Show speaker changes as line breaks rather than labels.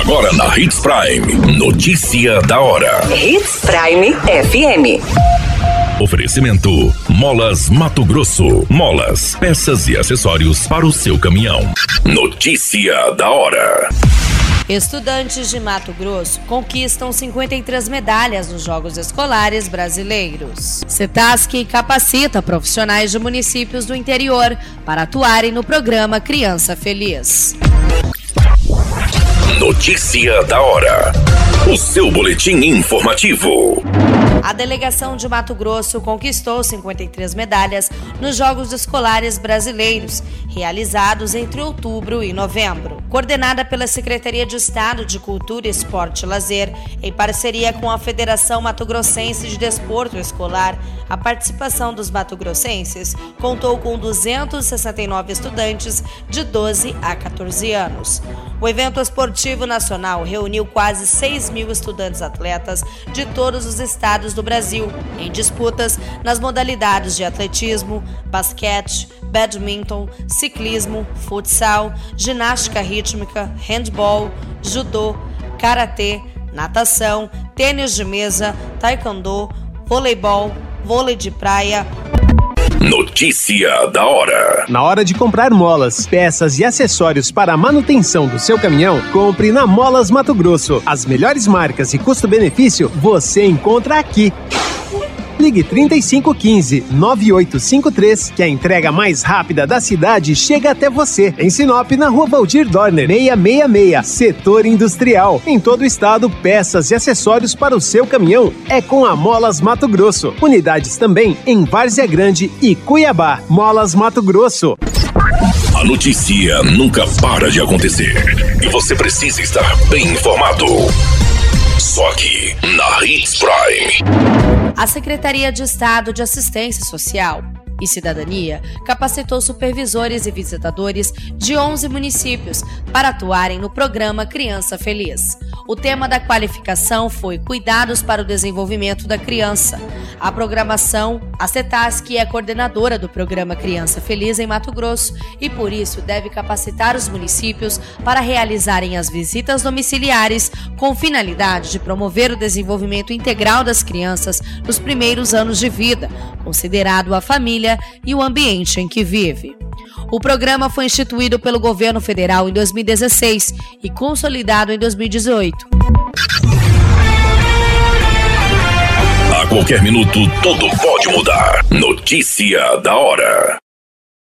Agora na Hits Prime. Notícia da hora.
Hits Prime FM.
Oferecimento: Molas Mato Grosso. Molas, peças e acessórios para o seu caminhão. Notícia da hora.
Estudantes de Mato Grosso conquistam 53 medalhas nos Jogos Escolares Brasileiros. CETASC capacita profissionais de municípios do interior para atuarem no programa Criança Feliz.
Notícia da hora. O seu boletim informativo.
A delegação de Mato Grosso conquistou 53 medalhas nos Jogos Escolares Brasileiros, realizados entre outubro e novembro. Coordenada pela Secretaria de Estado de Cultura, Esporte e Lazer, em parceria com a Federação Mato Grossense de Desporto Escolar, a participação dos mato-grossenses contou com 269 estudantes de 12 a 14 anos. O evento esportivo nacional reuniu quase 6 mil estudantes atletas de todos os estados do Brasil, em disputas nas modalidades de atletismo, basquete, badminton, ciclismo, futsal, ginástica rítmica, handball, judô, karatê, natação, tênis de mesa, taekwondo, voleibol, vôlei de praia.
Notícia da hora.
Na hora de comprar molas, peças e acessórios para a manutenção do seu caminhão, compre na Molas Mato Grosso. As melhores marcas e custo-benefício você encontra aqui. Ligue 3515-9853, que a entrega mais rápida da cidade chega até você. Em Sinop, na Rua Valdir Dorner, 666, Setor Industrial. Em todo o estado, peças e acessórios para o seu caminhão é com a Molas Mato Grosso. Unidades também em Várzea Grande e Cuiabá. Molas Mato Grosso.
A notícia nunca para de acontecer e você precisa estar bem informado. Só aqui na Hits Prime.
A Secretaria de Estado de Assistência Social e Cidadania capacitou supervisores e visitadores de 11 municípios para atuarem no programa Criança Feliz. O tema da qualificação foi Cuidados para o Desenvolvimento da Criança. A programação, a CETASC é coordenadora do programa Criança Feliz em Mato Grosso e, por isso, deve capacitar os municípios para realizarem as visitas domiciliares com finalidade de promover o desenvolvimento integral das crianças nos primeiros anos de vida, considerado a família e o ambiente em que vive. O programa foi instituído pelo governo federal em 2016 e consolidado em 2018.
A qualquer minuto, tudo pode mudar. Notícia da hora.